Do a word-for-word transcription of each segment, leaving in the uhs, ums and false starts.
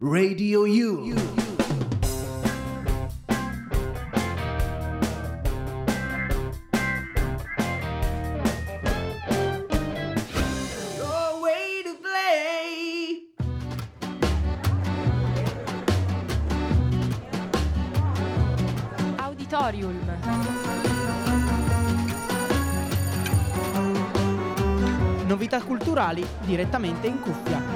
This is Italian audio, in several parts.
Radio U. Auditorium. Novità culturali direttamente in cuffia.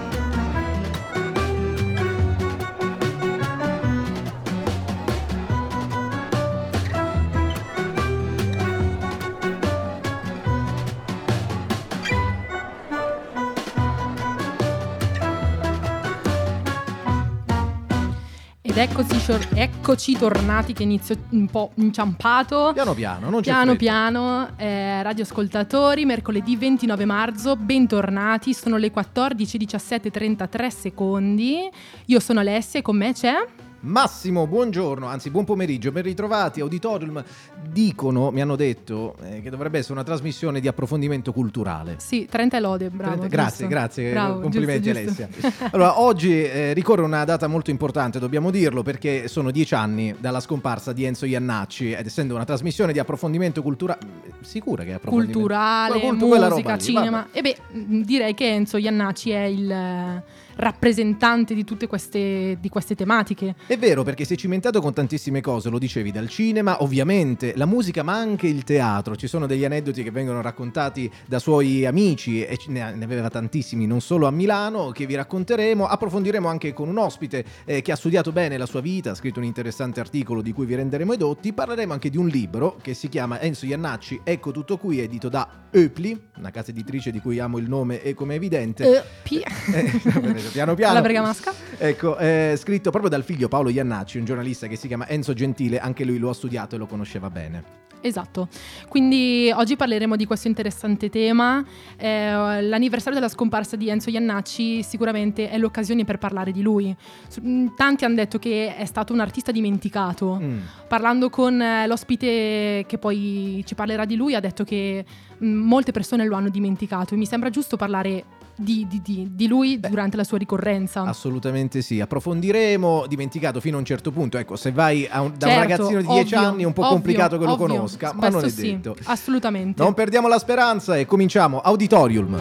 Ed eccoci, eccoci tornati che inizio un po' inciampato. Piano piano, non c'è Piano fretta. piano, eh, radioascoltatori, mercoledì ventinove marzo, bentornati, sono le quattordici e diciassette e trentatré secondi. Io sono Alessia e con me c'è... Massimo, buongiorno, anzi buon pomeriggio, ben ritrovati. Auditorium dicono, mi hanno detto eh, che dovrebbe essere una trasmissione di approfondimento culturale. Sì, trenta lode, bravo. trenta Grazie, giusto. grazie, Bravo, complimenti giusto, giusto. Alessia. Allora, oggi eh, ricorre una data molto importante, dobbiamo dirlo, perché sono dieci anni dalla scomparsa di Enzo Iannacci, ed essendo una trasmissione di approfondimento culturale, sicura che è approfondimento Culturale, Cultu- quella roba musica, lì, cinema. vabbè. E beh, direi che Enzo Iannacci è il eh, rappresentante di tutte queste, di queste tematiche. È vero, perché si è cimentato con tantissime cose, lo dicevi, dal cinema, ovviamente, la musica, ma anche il teatro. Ci sono degli aneddoti che vengono raccontati da suoi amici, e ne ne aveva tantissimi, non solo a Milano, che vi racconteremo. Approfondiremo anche con un ospite eh, che ha studiato bene la sua vita, ha scritto un interessante articolo di cui vi renderemo edotti. Parleremo anche di un libro che si chiama Enzo Iannacci, Ecco tutto qui, edito da Oepli, una casa editrice di cui amo il nome e come è evidente. Eh, pi- Eh, piano piano. La bergamasca. Ecco, eh, scritto proprio dal figlio Paolo Iannacci, un giornalista che si chiama Enzo Gentile, anche lui lo ha studiato e lo conosceva bene. Esatto, quindi oggi parleremo di questo interessante tema. Eh, l'anniversario della scomparsa di Enzo Iannacci sicuramente è l'occasione per parlare di lui. S- mh, Tanti hanno detto che è stato un artista dimenticato. Mm. Parlando con eh, l'ospite che poi ci parlerà di lui, ha detto che mh, molte persone lo hanno dimenticato e mi sembra giusto parlare di, di, di, di lui Beh, durante la sua ricorrenza. Assolutamente sì, approfondiremo. Dimenticato fino a un certo punto, ecco, se vai a un, da Certo, un ragazzino di dieci ovvio, anni è un po' ovvio, complicato che lo ovvio. conosca, ma non è Questo sì, detto. assolutamente. Non perdiamo la speranza e cominciamo. Auditorium.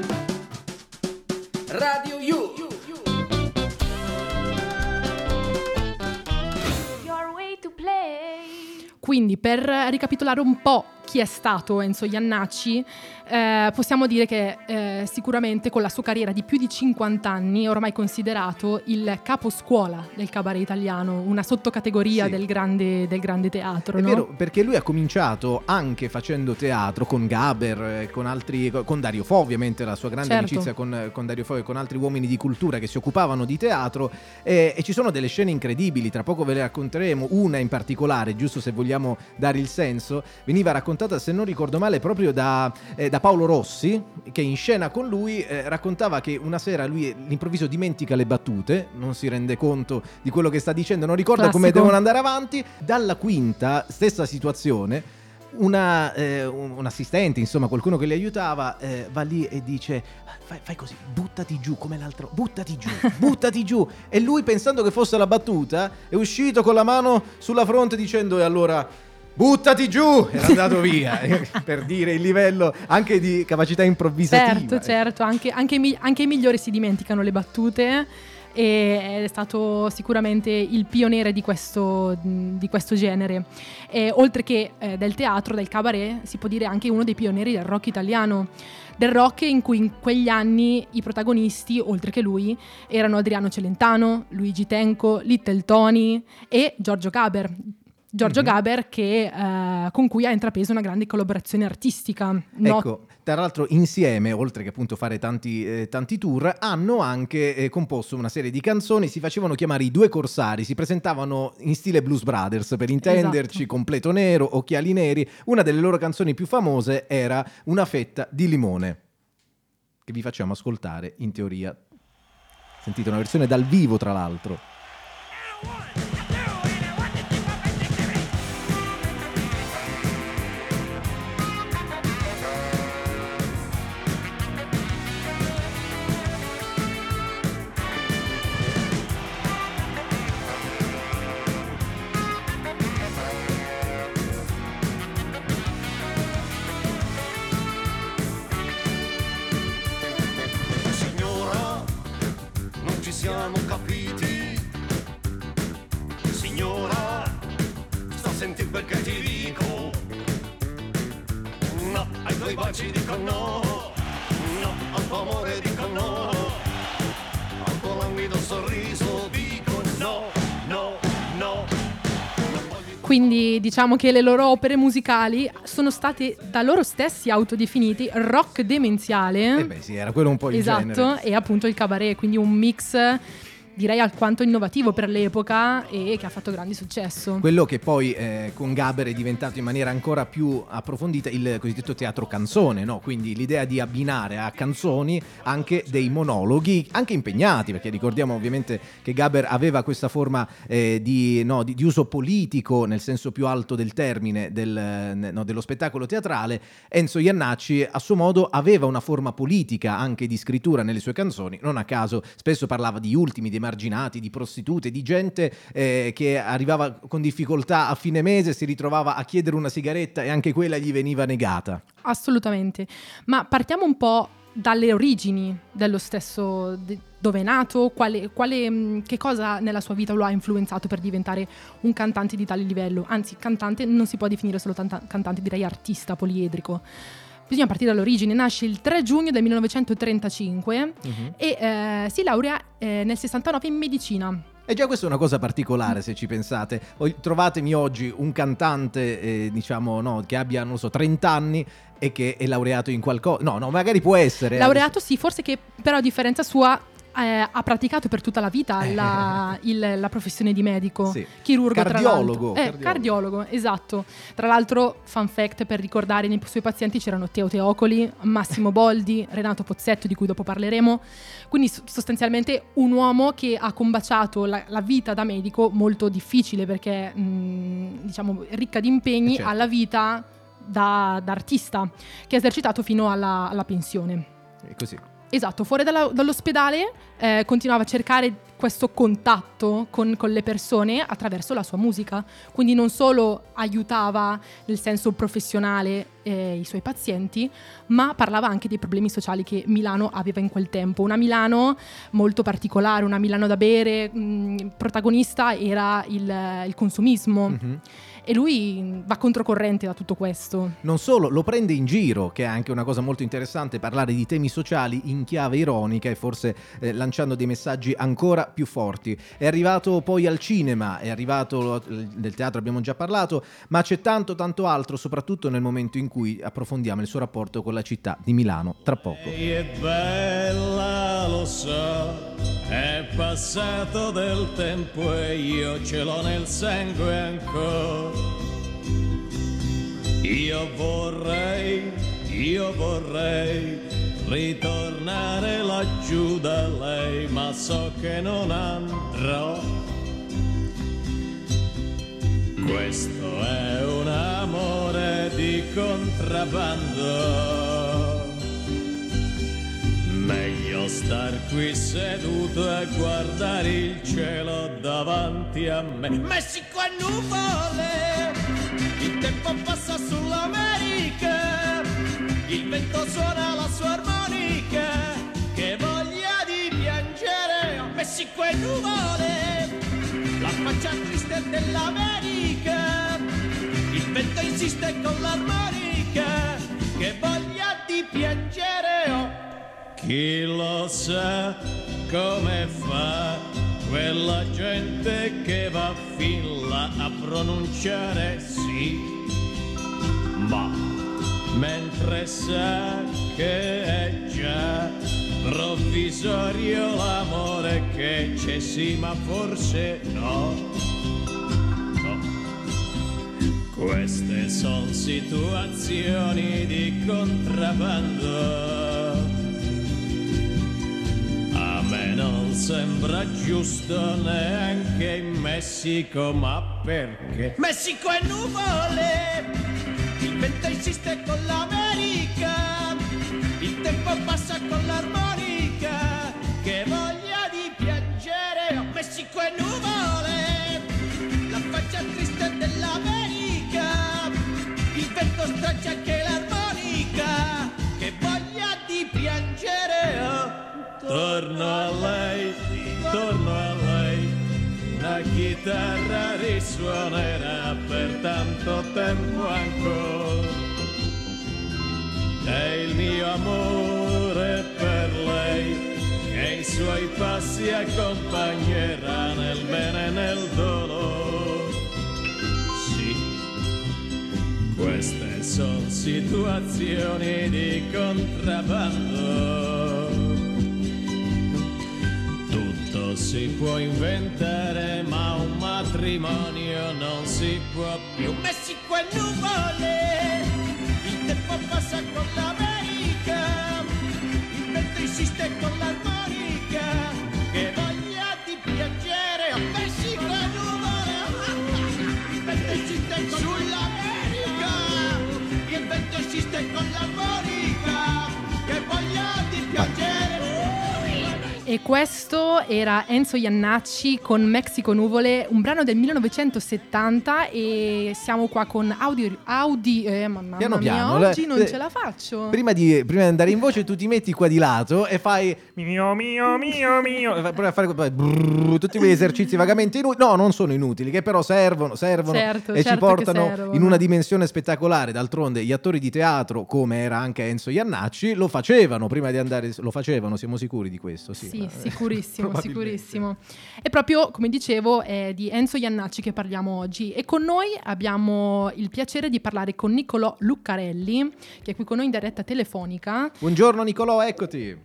Radio U. Your way to play. Quindi, per ricapitolare un po' chi è stato Enzo Iannacci, eh, possiamo dire che eh, sicuramente con la sua carriera di più di cinquanta anni è ormai considerato il caposcuola del cabaret italiano, una sottocategoria Sì. del grande, del grande teatro. È no? vero, perché lui ha cominciato anche facendo teatro con Gaber, eh, con altri, con Dario Fo, ovviamente, la sua grande Certo. amicizia con, con Dario Fo e con altri uomini di cultura che si occupavano di teatro, eh, e ci sono delle scene incredibili, tra poco ve le racconteremo, una in particolare, giusto se vogliamo dare il senso, veniva raccontata, se non ricordo male, proprio da, eh, da Paolo Rossi, che in scena con lui eh, raccontava che una sera lui all'improvviso dimentica le battute, non si rende conto di quello che sta dicendo, non ricorda Classico. come devono andare avanti. Dalla quinta, stessa situazione, una, eh, un, un assistente, insomma qualcuno che li aiutava, eh, va lì e dice fai, fai così, buttati giù come l'altro, buttati giù, buttati giù, e lui, pensando che fosse la battuta, è uscito con la mano sulla fronte dicendo e allora buttati giù, era andato via. Per dire il livello anche di capacità improvvisativa. Certo, certo, anche, anche, i mi- anche i migliori si dimenticano le battute e è stato sicuramente il pioniere di questo, di questo genere. E oltre che eh, del teatro, del cabaret, si può dire anche uno dei pionieri del rock italiano. Del rock in cui in quegli anni i protagonisti, oltre che lui, erano Adriano Celentano, Luigi Tenco, Little Tony e Giorgio Gaber. Giorgio Mhm. Gaber che, eh, con cui ha intrapreso una grande collaborazione artistica. No- Ecco, tra l'altro insieme, oltre che appunto fare tanti, eh, tanti tour, hanno anche eh, composto una serie di canzoni, si facevano chiamare i Due Corsari, si presentavano in stile Blues Brothers, per intenderci, Esatto. completo nero, occhiali neri. Una delle loro canzoni più famose era Una fetta di limone, che vi facciamo ascoltare in teoria. Sentite, una versione dal vivo, tra l'altro. capiti, signora, sta a sentire quel che ti dico. No, ai tuoi baci dico no, no, al tuo amore dico no, al tuo languido sorriso dico no, no, no. Quindi diciamo che le loro opere musicali sono state da loro stessi autodefiniti rock demenziale. Eh beh sì, era quello un po' il esatto, genere. e appunto il cabaret, quindi un mix direi alquanto innovativo per l'epoca e che ha fatto grande successo. Quello che poi eh, con Gaber è diventato in maniera ancora più approfondita il cosiddetto teatro canzone, no? Quindi l'idea di abbinare a canzoni anche dei monologhi, anche impegnati, perché ricordiamo ovviamente che Gaber aveva questa forma eh, di, no, di, di uso politico nel senso più alto del termine del, no, dello spettacolo teatrale. Enzo Jannacci a suo modo aveva una forma politica anche di scrittura nelle sue canzoni, non a caso spesso parlava di ultimi, di emarginati, di prostitute, di gente eh, che arrivava con difficoltà a fine mese, si ritrovava a chiedere una sigaretta e anche quella gli veniva negata. Assolutamente, ma partiamo un po' dalle origini dello stesso, de- dove è nato, quale, quale, che cosa nella sua vita lo ha influenzato per diventare un cantante di tale livello. Anzi, cantante non si può definire solo tanta- cantante, direi artista poliedrico. Bisogna partire dall'origine. Nasce il tre giugno del millenovecentotrentacinque uh-huh. e eh, si laurea eh, nel sessantanove in medicina. E già questa è una cosa particolare, se ci pensate. Trovatemi oggi un cantante, eh, diciamo, no, che abbia, non so, trenta anni e che è laureato in qualcosa. No, no, magari può essere. Laureato sì, forse che però a differenza sua eh, ha praticato per tutta la vita la, il, la professione di medico, sì. Chirurgo, cardiologo, tra l'altro. Eh, cardiologo, esatto. Tra l'altro, fun fact per ricordare, nei suoi pazienti c'erano Teo Teocoli, Massimo Boldi, Renato Pozzetto, di cui dopo parleremo. Quindi sostanzialmente un uomo che ha combaciato la, la vita da medico, molto difficile perché mh, diciamo ricca di impegni, certo. alla vita da, da artista, che ha esercitato fino alla, alla pensione. E così. Esatto, fuori dalla, dall'ospedale eh, continuava a cercare questo contatto con, con le persone attraverso la sua musica, quindi non solo aiutava nel senso professionale eh, i suoi pazienti, ma parlava anche dei problemi sociali che Milano aveva in quel tempo. Una Milano molto particolare, una Milano da bere, mh, protagonista era il, il consumismo. Mm-hmm. E lui va controcorrente da tutto questo. Non solo, lo prende in giro, che è anche una cosa molto interessante, parlare di temi sociali in chiave ironica e forse eh, lanciando dei messaggi ancora più forti. È arrivato poi al cinema, è arrivato del teatro, abbiamo già parlato, ma c'è tanto tanto altro, soprattutto nel momento in cui approfondiamo il suo rapporto con la città di Milano, tra poco. Lei è bella, lo so, è passato del tempo e io ce l'ho nel sangue ancora. Io vorrei, io vorrei ritornare laggiù da lei, ma so che non andrò. Questo è un amore di contrabbando. Meglio star qui seduto e guardare il cielo davanti a me. Messico e nuvole, il tempo passa sull'America, il vento suona la sua armonica, che voglia di piangere. Messico e nuvole, la faccia triste dell'America, il vento insiste con l'armonica, che voglia di piangere. Oh. Chi lo sa come fa quella gente che va fin là a pronunciare sì, ma mentre sa che è già provvisorio l'amore che c'è sì, ma forse no. No. Queste sono situazioni di contrabbando. A me non sembra giusto neanche in Messico, ma perché? Messico è nuvole, il vento insiste con l'America, il tempo passa con l'armonica, che voglia di piangere. Oh, Messico è nuvole, la faccia triste dell'America, il vento straccia anche l'armonica, che voglia di piangere. Oh. Torno a lei, torno a la chitarra risuonerà per tanto tempo ancora. È il mio amore per lei che i suoi passi accompagnerà nel bene e nel dolore. Sì, queste sono situazioni di contrabbando. Tutto si può inventare, ma un matrimonio non si può più. Messico e nuvole, il tempo passa con l'America, il vento insiste con l'armonica, che voglia di piacere a Messico e nuvole. Il vento insiste con sull'America, il vento insiste con l'armonica, che voglia di piacere. E questo era Enzo Jannacci con Mexico Nuvole, un brano del millenovecentosettanta, e siamo qua con Audi, Audi eh, mamma piano mia, piano, oggi le, non le, ce la faccio. Prima di, prima di andare in voce tu ti metti qua di lato e fai mio mio mio mio, e provi a fare brrr, tutti quegli esercizi vagamente inutili, no, non sono inutili, che però servono, servono certo, e certo ci portano servono. in una dimensione spettacolare. D'altronde gli attori di teatro, come era anche Enzo Jannacci, lo facevano prima di andare, lo facevano, siamo sicuri di questo? Sì, Sì, ma, sicurissimo, probabilmente. sicurissimo. E proprio, come dicevo, è di Enzo Jannacci che parliamo oggi, e con noi abbiamo il piacere di parlare con Nicolò Lucarelli, che è qui con noi in diretta telefonica. Buongiorno Nicolò, eccoti.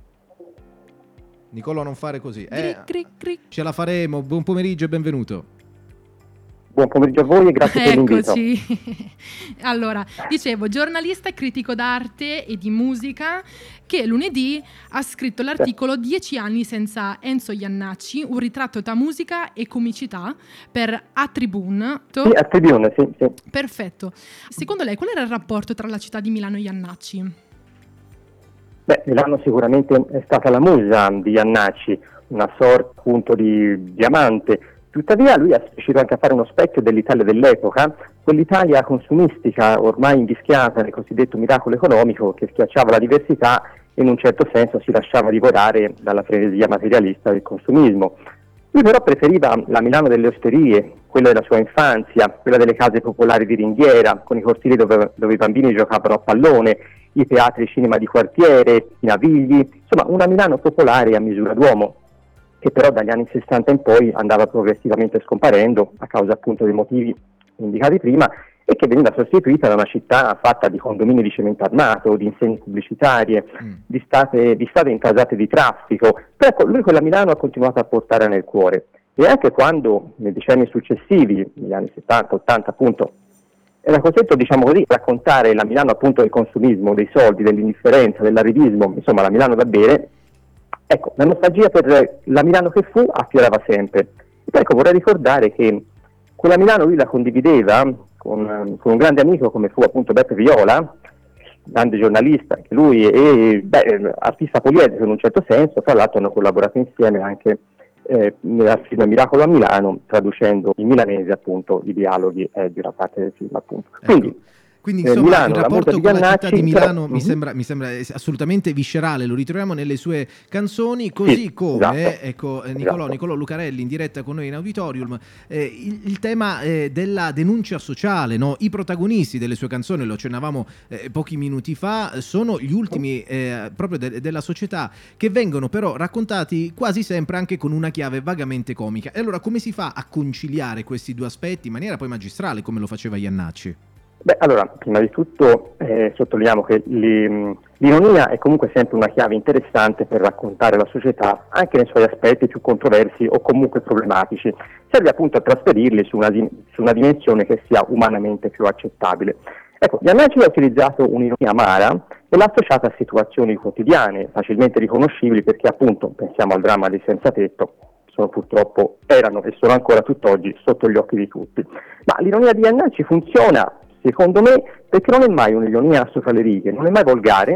Nicolò, non fare così. Eh, Cric, cric, cric. ce la faremo. Buon pomeriggio e benvenuto. Buon pomeriggio a voi e grazie per l'invito. Eccoci. Allora, dicevo, giornalista e critico d'arte e di musica, che lunedì ha scritto l'articolo dieci anni senza Enzo Jannacci, un ritratto tra musica e comicità, per A Tribune. Sì, a Tribune, sì, sì. Perfetto. Secondo lei qual era il rapporto tra la città di Milano e Jannacci? Beh, Milano sicuramente è stata la musa di Jannacci, una sorta appunto di diamante. Tuttavia lui è riuscito anche a fare uno specchio dell'Italia dell'epoca, quell'Italia consumistica ormai invischiata nel cosiddetto miracolo economico, che schiacciava la diversità e in un certo senso si lasciava divorare dalla frenesia materialista del consumismo. Lui però preferiva la Milano delle osterie, quella della sua infanzia, quella delle case popolari di ringhiera, con i cortili dove, dove i bambini giocavano a pallone, i teatri e cinema di quartiere, i navigli, insomma una Milano popolare a misura d'uomo, che però dagli anni sessanta in poi andava progressivamente scomparendo a causa appunto dei motivi indicati prima, e che veniva sostituita da una città fatta di condomini di cemento armato, di insegne pubblicitarie, mm. di, state, di strade intasate di traffico. Però ecco, lui quella Milano ha continuato a portare nel cuore, e anche quando nei decenni successivi, negli anni settanta ottanta appunto, era costretto, diciamo così, a raccontare la Milano appunto del consumismo, dei soldi, dell'indifferenza, dell'arrivismo, insomma la Milano da bere. Ecco, la nostalgia per la Milano che fu affiorava sempre. E ecco, vorrei ricordare che quella Milano lui la condivideva con, con un grande amico come fu appunto Beppe Viola, grande giornalista anche lui, e beh, artista poliedrico in un certo senso. Tra l'altro hanno collaborato insieme anche eh, nel film Miracolo a Milano, traducendo in milanese appunto i dialoghi eh, di una parte del film appunto. Quindi, ecco. Quindi Eh, insomma Milano, il la rapporto musa con di la città di Jannacci, Milano però- mi, Mhm. sembra, mi sembra assolutamente viscerale, lo ritroviamo nelle sue canzoni, così Sì, come esatto. ecco, eh, Nicolò, Esatto. Nicolò Lucarelli in diretta con noi in auditorium, eh, il, il tema eh, della denuncia sociale, no? I protagonisti delle sue canzoni, lo accennavamo eh, pochi minuti fa, sono gli ultimi eh, proprio de- della società, che vengono però raccontati quasi sempre anche con una chiave vagamente comica. E allora come si fa a conciliare questi due aspetti in maniera poi magistrale, come lo faceva Jannacci? Beh, allora, prima di tutto eh, sottolineiamo che li- l'ironia è comunque sempre una chiave interessante per raccontare la società, anche nei suoi aspetti più controversi o comunque problematici. Serve appunto a trasferirli su una, di- su una dimensione che sia umanamente più accettabile. Ecco, Jannacci ha utilizzato un'ironia amara e l'ha associata a situazioni quotidiane, facilmente riconoscibili, perché appunto, pensiamo al dramma dei senza tetto, sono purtroppo, erano e sono ancora tutt'oggi sotto gli occhi di tutti. Ma l'ironia di Jannacci funziona, secondo me, perché non è mai un'ironia sopra le righe, non è mai volgare,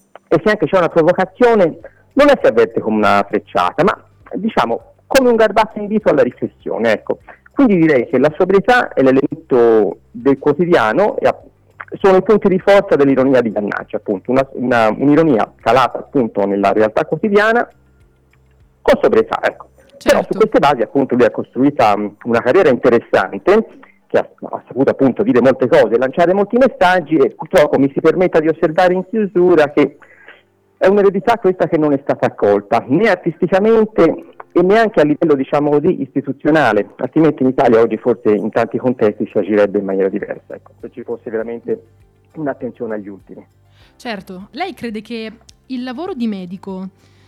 e se anche c'è una provocazione non la si avverte come una frecciata, ma diciamo come un garbato invito alla riflessione, ecco. Quindi direi che la sobrietà è l'elemento del quotidiano e sono i punti di forza dell'ironia di Jannacci, appunto, una, una, un'ironia calata appunto nella realtà quotidiana con sobrietà, ecco. Però su queste basi appunto lui ha costruita um, una carriera interessante, che ha, ha saputo appunto dire molte cose, lanciare molti messaggi, e purtroppo mi si permetta di osservare in chiusura che è un'eredità questa che non è stata accolta né artisticamente e neanche a livello, diciamo così, istituzionale, altrimenti in Italia oggi forse in tanti contesti si agirebbe in maniera diversa, ecco, se ci fosse veramente un'attenzione agli ultimi. Certo, lei crede che il lavoro di medico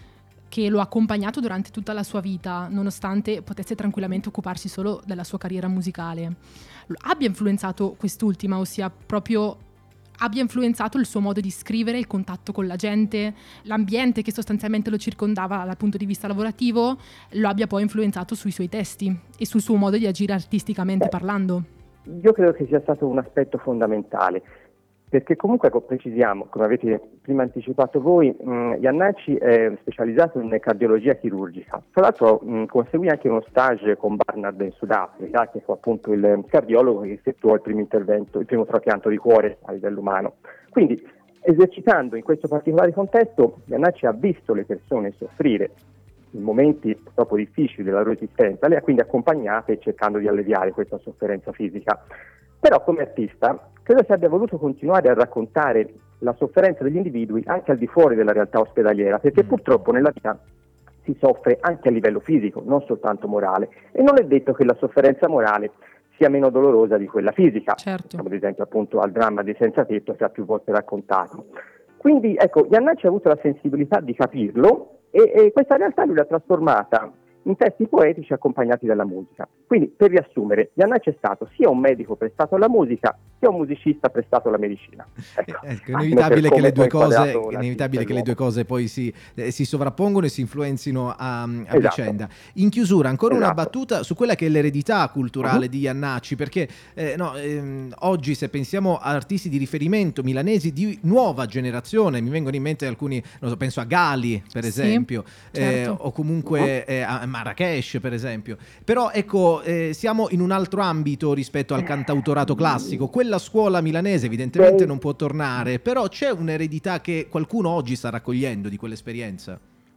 che lo ha accompagnato durante tutta la sua vita, nonostante potesse tranquillamente occuparsi solo della sua carriera musicale, abbia influenzato quest'ultima, ossia proprio abbia influenzato il suo modo di scrivere, il contatto con la gente, l'ambiente che sostanzialmente lo circondava dal punto di vista lavorativo, lo abbia poi influenzato sui suoi testi e sul suo modo di agire artisticamente Beh, parlando? Io credo che sia stato un aspetto fondamentale, perché comunque, ecco, precisiamo, come avete prima anticipato voi, mh, Jannacci è specializzato in cardiologia chirurgica. Tra l'altro mh, conseguì anche uno stage con Barnard in Sudafrica, che fu appunto il cardiologo che effettuò il primo intervento, il primo trapianto di cuore a livello umano. Quindi, esercitando in questo particolare contesto, Jannacci ha visto le persone soffrire in momenti troppo difficili della loro esistenza, le ha quindi accompagnate cercando di alleviare questa sofferenza fisica. Però come artista credo che abbia voluto continuare a raccontare la sofferenza degli individui anche al di fuori della realtà ospedaliera, perché purtroppo nella vita si soffre anche a livello fisico, non soltanto morale, e non è detto che la sofferenza morale sia meno dolorosa di quella fisica. Certo. Ad esempio appunto al dramma di Senza Tetto che ha più volte raccontato. Quindi ecco, Jannacci ha avuto la sensibilità di capirlo e, e questa realtà lui l'ha trasformata in testi poetici accompagnati dalla musica. Quindi, per riassumere, Jannacci è stato sia un medico prestato alla musica, sia un musicista prestato alla medicina. Ecco, ecco, è inevitabile, che le, due cose, inevitabile che le due cose poi si, eh, si sovrappongono e si influenzino a, a esatto. vicenda. In chiusura, ancora esatto. una battuta su quella che è l'eredità culturale uh-huh. di Jannacci, perché eh, no, ehm, oggi se pensiamo a artisti di riferimento milanesi di nuova generazione, mi vengono in mente alcuni, non so, penso a Gali per esempio, sì, certo. eh, o comunque uh-huh. eh, a Marrakesh per esempio, però ecco eh, siamo in un altro ambito rispetto al cantautorato classico. Quella scuola milanese evidentemente non può tornare, però c'è un'eredità che qualcuno oggi sta raccogliendo di quell'esperienza?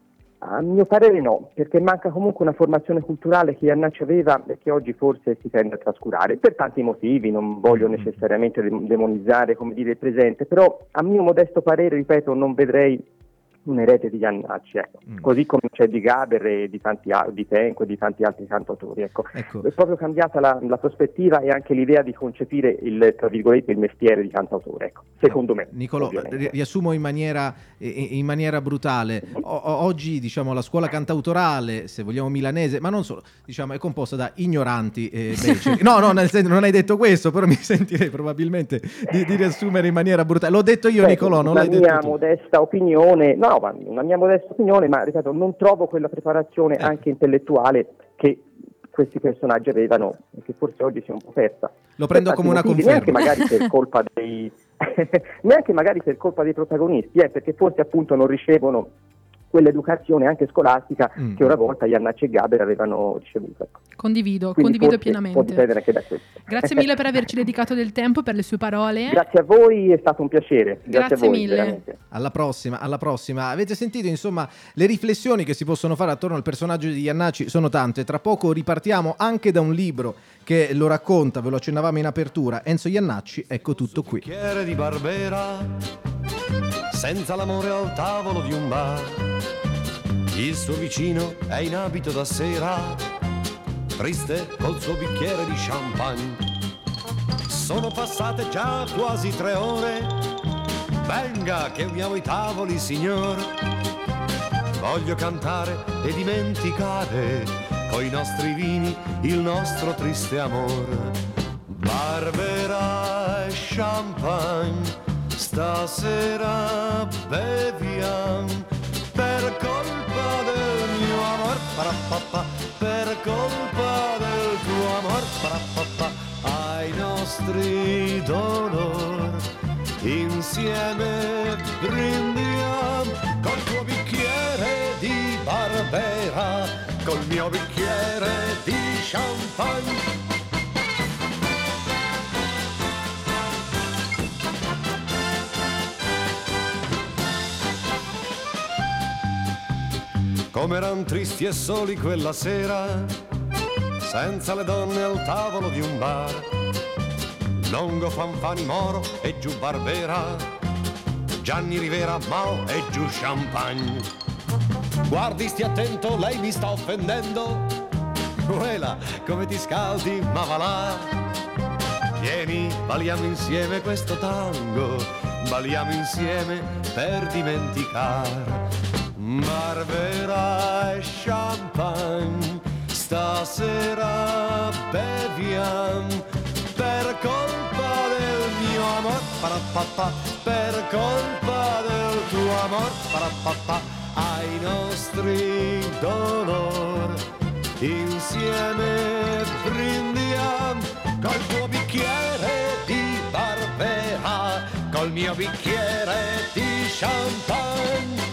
A mio parere no, perché manca comunque una formazione culturale che Jannacci aveva e che oggi forse si tende a trascurare, per tanti motivi, non voglio necessariamente demonizzare, come dire, il presente, però a mio modesto parere, ripeto, non vedrei un erede di Jannacci, ecco. mm. così come c'è di Gaber e di tanti di Tenco e di tanti altri cantautori, ecco. ecco. È proprio cambiata la, la prospettiva e anche l'idea di concepire il, tra virgolette, il mestiere di cantautore, ecco. Secondo me. Nicolò, riassumo in maniera, in maniera brutale. O, oggi, diciamo, la scuola cantautorale, se vogliamo milanese, ma non solo, diciamo, è composta da ignoranti e beceri. No, no, nel senso, non hai detto questo, però mi sentirei probabilmente di, di riassumere in maniera brutale. L'ho detto io, certo, Nicolò, non l'hai detto tu. La mia modesta opinione, no, ma una mia modesta opinione, ma ripeto, non trovo quella preparazione eh. anche intellettuale che questi personaggi avevano e che forse oggi si è un po' persa. Lo prendo come una conferma. Neanche magari per colpa dei neanche magari per colpa dei protagonisti, eh, perché forse appunto non ricevono quell'educazione anche scolastica mm. che una volta Jannacci e Gaber avevano ricevuto. Condivido, Quindi condivido pienamente. Può dipendere anche da questo. Grazie mille per averci dedicato del tempo, per le sue parole. Grazie a voi, è stato un piacere. Grazie, Grazie a voi, mille. Veramente. Alla prossima, alla prossima. Avete sentito, insomma, le riflessioni che si possono fare attorno al personaggio di Jannacci sono tante. Tra poco ripartiamo anche da un libro che lo racconta, ve lo accennavamo in apertura, Enzo Jannacci, ecco tutto qui. Bicchiere di Barbera, senza l'amore al tavolo di un bar. Il suo vicino è in abito da sera, triste col suo bicchiere di champagne. Sono passate già quasi tre ore, venga che uniamo i tavoli, signor. Voglio cantare e dimenticare coi nostri vini il nostro triste amor. Barbera e champagne, stasera beviamo per colpa del mio amor, parapapà, per colpa del tuo amor, parapapà, ai nostri dolor, insieme brindiamo col tuo bicchiere di Barbera, col mio bicchiere di champagne. come eran tristi e soli quella sera, senza le donne al tavolo di un bar. Longo Fanfani Moro e giù Barbera, Gianni Rivera, Mao e giù Champagne. Guardi, stia attento, lei mi sta offendendo. Quella, come ti scaldi, ma va là. Vieni, balliamo insieme questo tango, balliamo insieme per dimenticare. Barbera e Champagne, stasera beviamo per colpa del mio amor, parapapà, per colpa del tuo amor, parapapà, ai nostri dolori insieme brindiamo col tuo bicchiere di Barbera, col mio bicchiere di champagne.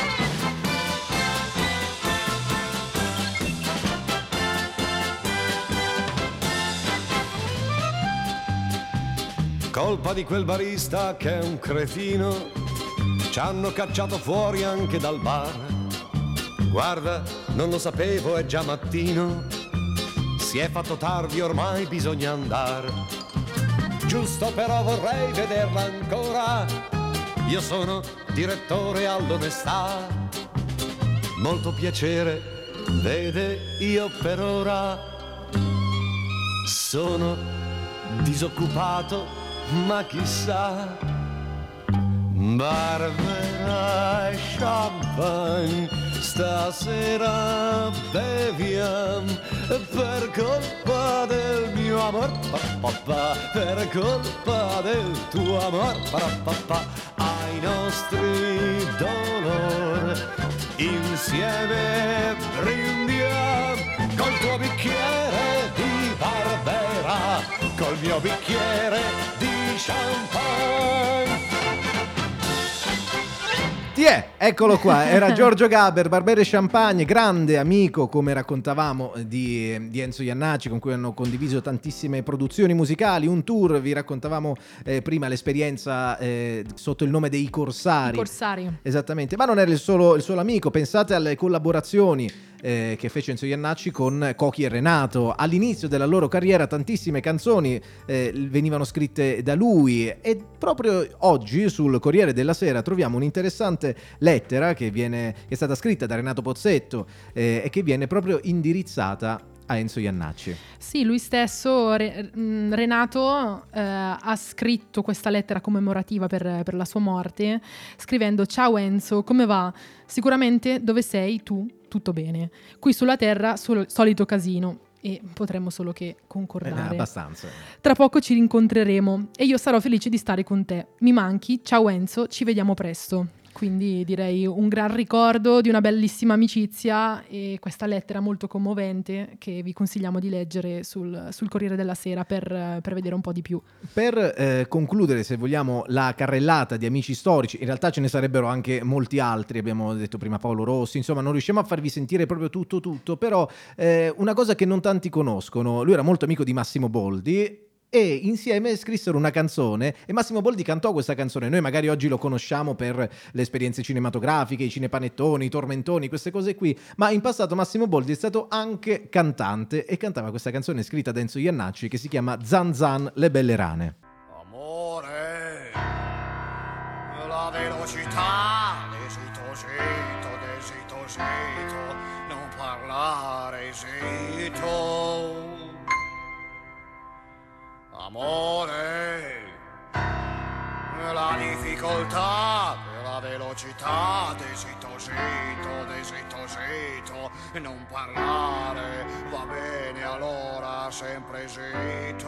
Colpa di quel barista che è un cretino, ci hanno cacciato fuori anche dal bar. Guarda, non lo sapevo, è già mattino, si è fatto tardi, ormai bisogna andare. Giusto però vorrei vederla ancora, io sono direttore all'onestà. Molto piacere, vede, io per ora sono disoccupato, ma chissà. Barbera e Champagne, stasera beviamo per colpa del mio amor, papà, per colpa del tuo amor, papà, ai nostri dolori insieme brindiamo col tuo bicchiere di Barbera, col mio bicchiere di champagne. Tiè, eccolo qua, era Giorgio Gaber, Barbera e Champagne, grande amico, come raccontavamo, di, di Enzo Jannacci, con cui hanno condiviso tantissime produzioni musicali, un tour, vi raccontavamo eh, prima l'esperienza eh, sotto il nome dei Corsari. I Corsari. Esattamente, ma non era il solo, il solo amico, pensate alle collaborazioni eh, che fece Enzo Jannacci con Cochi e Renato. All'inizio della loro carriera tantissime canzoni eh, venivano scritte da lui, e proprio oggi sul Corriere della Sera troviamo un'interessante lettera che viene che è stata scritta da Renato Pozzetto eh, e che viene proprio indirizzata a Enzo Jannacci. Sì, lui stesso, Re, Renato, eh, ha scritto questa lettera commemorativa per, per la sua morte, scrivendo: ciao Enzo, come va? Sicuramente dove sei tu? Tutto bene. Qui sulla terra sol- solito casino. E potremmo solo che concordare. Eh, abbastanza. Tra poco ci rincontreremo e io sarò felice di stare con te. Mi manchi, ciao Enzo, ci vediamo presto. Quindi direi un gran ricordo di una bellissima amicizia, e questa lettera molto commovente che vi consigliamo di leggere sul, sul Corriere della Sera per, per vedere un po' di più. Per eh, concludere, se vogliamo, la carrellata di amici storici, in realtà ce ne sarebbero anche molti altri, abbiamo detto prima Paolo Rossi, insomma non riusciamo a farvi sentire proprio tutto tutto, però eh, una cosa che non tanti conoscono: lui era molto amico di Massimo Boldi, e insieme scrissero una canzone, e Massimo Boldi cantò questa canzone. Noi magari oggi lo conosciamo per le esperienze cinematografiche, i cinepanettoni, i tormentoni, queste cose qui, ma in passato Massimo Boldi è stato anche cantante e cantava questa canzone scritta da Enzo Jannacci che si chiama Zan Zan, le belle rane. Amore, la velocità, desito, sito, desito, sito, non parlare, sito. Amore, la difficoltà, la velocità, desito, sito, desito, sito, non parlare, va bene allora, sempre sito.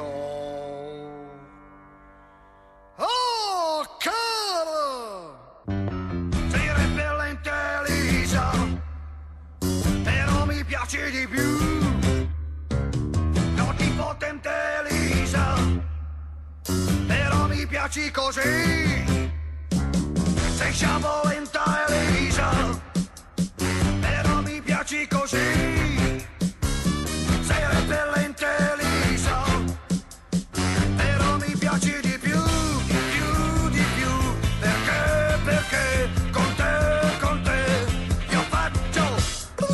Oh, cara! Sei repellente, Elisa, però mi piace di più. Non ti potente, Elisa, però mi piaci così. Sei sciabolenta, Elisa, però mi piaci così. Sei repellente, Elisa, però mi piaci di più, di più, di più. Perché, perché con te, con te io faccio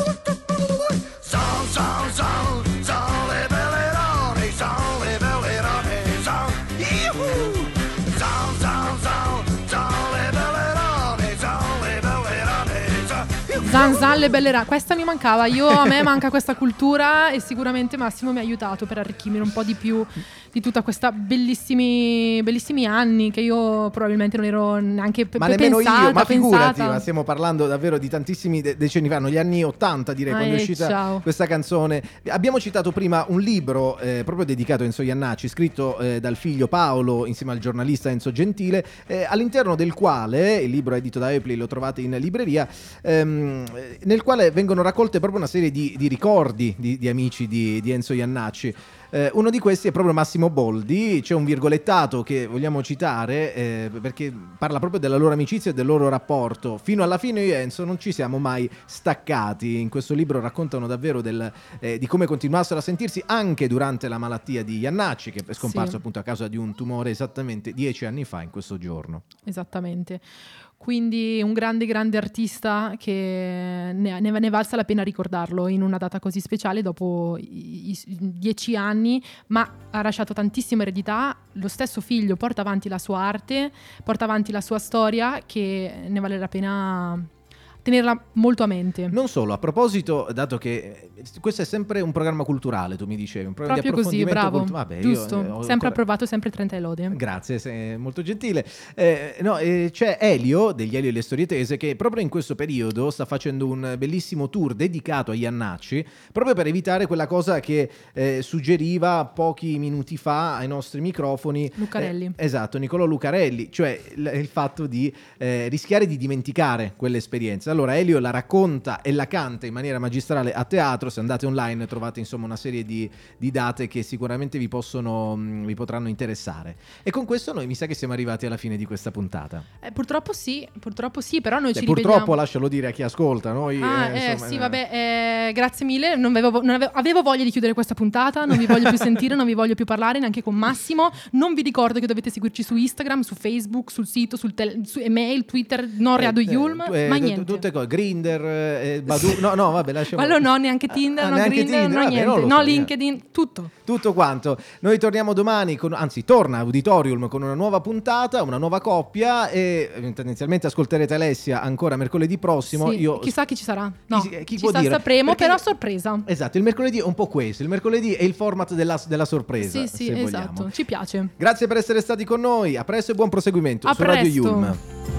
Zan Zan, le belle rane. Questa mi mancava. Io, a me manca questa cultura e sicuramente Massimo mi ha aiutato per arricchire un po' di più di tutta questa bellissimi bellissimi anni che io probabilmente non ero neanche pe- ma nemmeno pensata, io, ma figurati, pensata. ma stiamo parlando davvero di tantissimi de- decenni fa, negli anni ottanta direi, Ah, quando è eh, uscita ciao. questa canzone. Abbiamo citato prima un libro eh, proprio dedicato a Enzo Jannacci, scritto eh, dal figlio Paolo insieme al giornalista Enzo Gentile, eh, all'interno del quale, il libro è edito da Epley, lo trovate in libreria, ehm, nel quale vengono raccolte proprio una serie di, di ricordi di, di amici di, di Enzo Jannacci. Eh, uno di questi è proprio Massimo Boldi. C'è un virgolettato che vogliamo citare eh, perché parla proprio della loro amicizia e del loro rapporto. Fino alla fine io e Enzo non ci siamo mai staccati. In questo libro raccontano davvero del, eh, di come continuassero a sentirsi anche durante la malattia di Jannacci, che è scomparso Sì. appunto a causa di un tumore esattamente dieci anni fa in questo giorno. Esattamente. Quindi un grande grande artista che ne, ne, ne valsa la pena ricordarlo in una data così speciale dopo i, i, i dieci anni, ma ha lasciato tantissima eredità. Lo stesso figlio porta avanti la sua arte, porta avanti la sua storia, che ne vale la pena tenerla molto a mente. Non solo, a proposito, dato che questo è sempre un programma culturale, tu mi dicevi, un programma Proprio di così, approfondimento bravo, cultu- Vabbè, io, giusto, eh, ho sempre ancora- approvato, sempre trenta e lode. Grazie, sei molto gentile. Eh, no, eh, c'è Elio degli Elio e le Storie Tese che proprio in questo periodo sta facendo un bellissimo tour dedicato a Jannacci, proprio per evitare quella cosa che eh, suggeriva pochi minuti fa ai nostri microfoni Lucarelli. Eh, esatto, Nicolò Lucarelli, cioè il, il fatto di eh, rischiare di dimenticare quell'esperienza. Allora Elio la racconta e la canta in maniera magistrale a teatro. Se andate online trovate insomma una serie di, di date che sicuramente vi possono mh, vi potranno interessare. E con questo noi mi sa che siamo arrivati alla fine di questa puntata. Eh, purtroppo sì, purtroppo sì, però noi Beh, ci purtroppo rivediamo. lascialo dire a chi ascolta. Noi, Ah, eh, eh, insomma, sì, eh, vabbè, eh, grazie mille. Non avevo, non avevo, avevo voglia di chiudere questa puntata. Non vi voglio più sentire, non vi voglio più parlare neanche con Massimo. Non vi ricordo che dovete seguirci su Instagram, su Facebook, sul sito, sul tele, su email, Twitter, non Reado eh, Yulm, eh, ma t- niente. Tutte cose, Grindr, eh, Badu, no, no, vabbè, lasciamo. Quello no, neanche Tinder, Ah, no neanche Grindr, Tinder, no vabbè, non niente, lo no so, LinkedIn, tutto. Tutto quanto. Noi torniamo domani, con, anzi torna Auditorium con una nuova puntata, una nuova coppia e eh, tendenzialmente ascolterete Alessia ancora mercoledì prossimo. Sì, Io chissà chi ci sarà. No, chi, chi ci può sa, dire? sapremo, Perché- però sorpresa. Esatto, il mercoledì è un po' questo, il mercoledì è il format della, della sorpresa, Sì, sì, se esatto, vogliamo. ci piace. Grazie per essere stati con noi, a presto e buon proseguimento A su Radio presto. Yulm.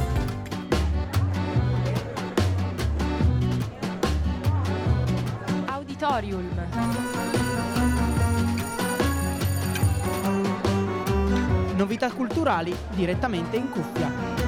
Auditorium. Novità culturali direttamente in cuffia.